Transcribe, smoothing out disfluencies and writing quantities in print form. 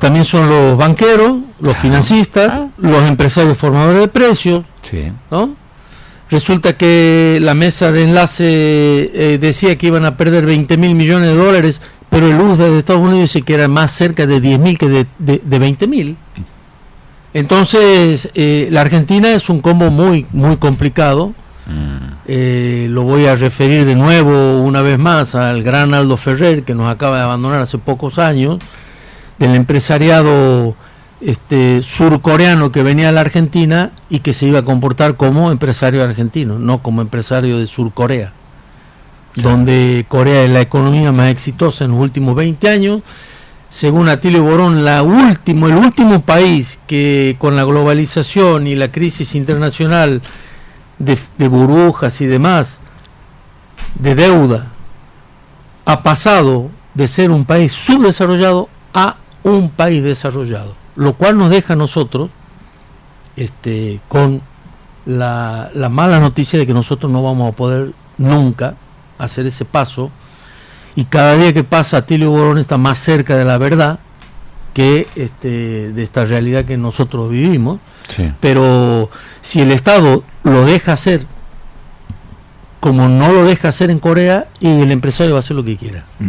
también son los banqueros, los financistas, los empresarios formadores de precios, Sí. ¿no? Resulta que la mesa de enlace decía que iban a perder 20.000 millones de dólares, pero el USDA de Estados Unidos dice que era más cerca de 10.000 que de 20.000. Entonces, la Argentina es un combo muy, muy complicado. Lo voy a referir de nuevo una vez más al gran Aldo Ferrer, que nos acaba de abandonar hace pocos años, del empresariado surcoreano que venía a la Argentina y que se iba a comportar como empresario argentino, no como empresario de Surcorea, donde Corea es la economía más exitosa en los últimos 20 años. Según Atilio Borón, el último país que con la globalización y la crisis internacional de burbujas y demás, de deuda, ha pasado de ser un país subdesarrollado a un país desarrollado, lo cual nos deja a nosotros con la mala noticia de que nosotros no vamos a poder nunca hacer ese paso, y cada día que pasa Atilio Borón está más cerca de la verdad que de esta realidad que nosotros vivimos. Sí. Pero si el Estado lo deja hacer como no lo deja hacer en Corea, y el empresario va a hacer lo que quiera.